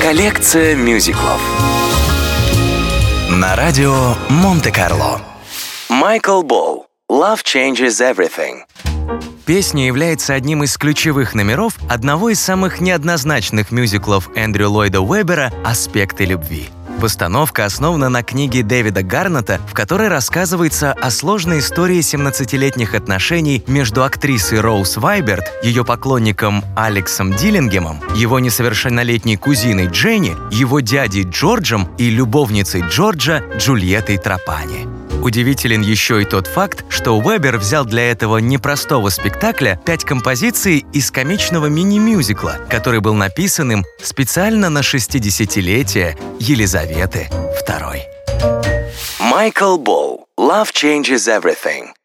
Коллекция мюзиклов на радио Монте-Карло. Майкл Болл. Love Changes Everything. Песня является одним из ключевых номеров одного из самых неоднозначных мюзиклов Эндрю Ллойда Уэббера «Аспекты любви». Постановка основана на книге Дэвида Гарнета, в которой рассказывается о сложной истории 17-летних отношений между актрисой Роуз Вайберт, ее поклонником Алексом Диллингемом, его несовершеннолетней кузиной Дженни, его дядей Джорджем и любовницей Джорджа Джульеттой Трапани. Удивителен еще и тот факт, что Уэббер взял для этого непростого спектакля 5 композиций из комичного мини-мюзикла, который был написан им специально на 60-летие Елизаветы II. Майкл Болл. Love Changes Everything.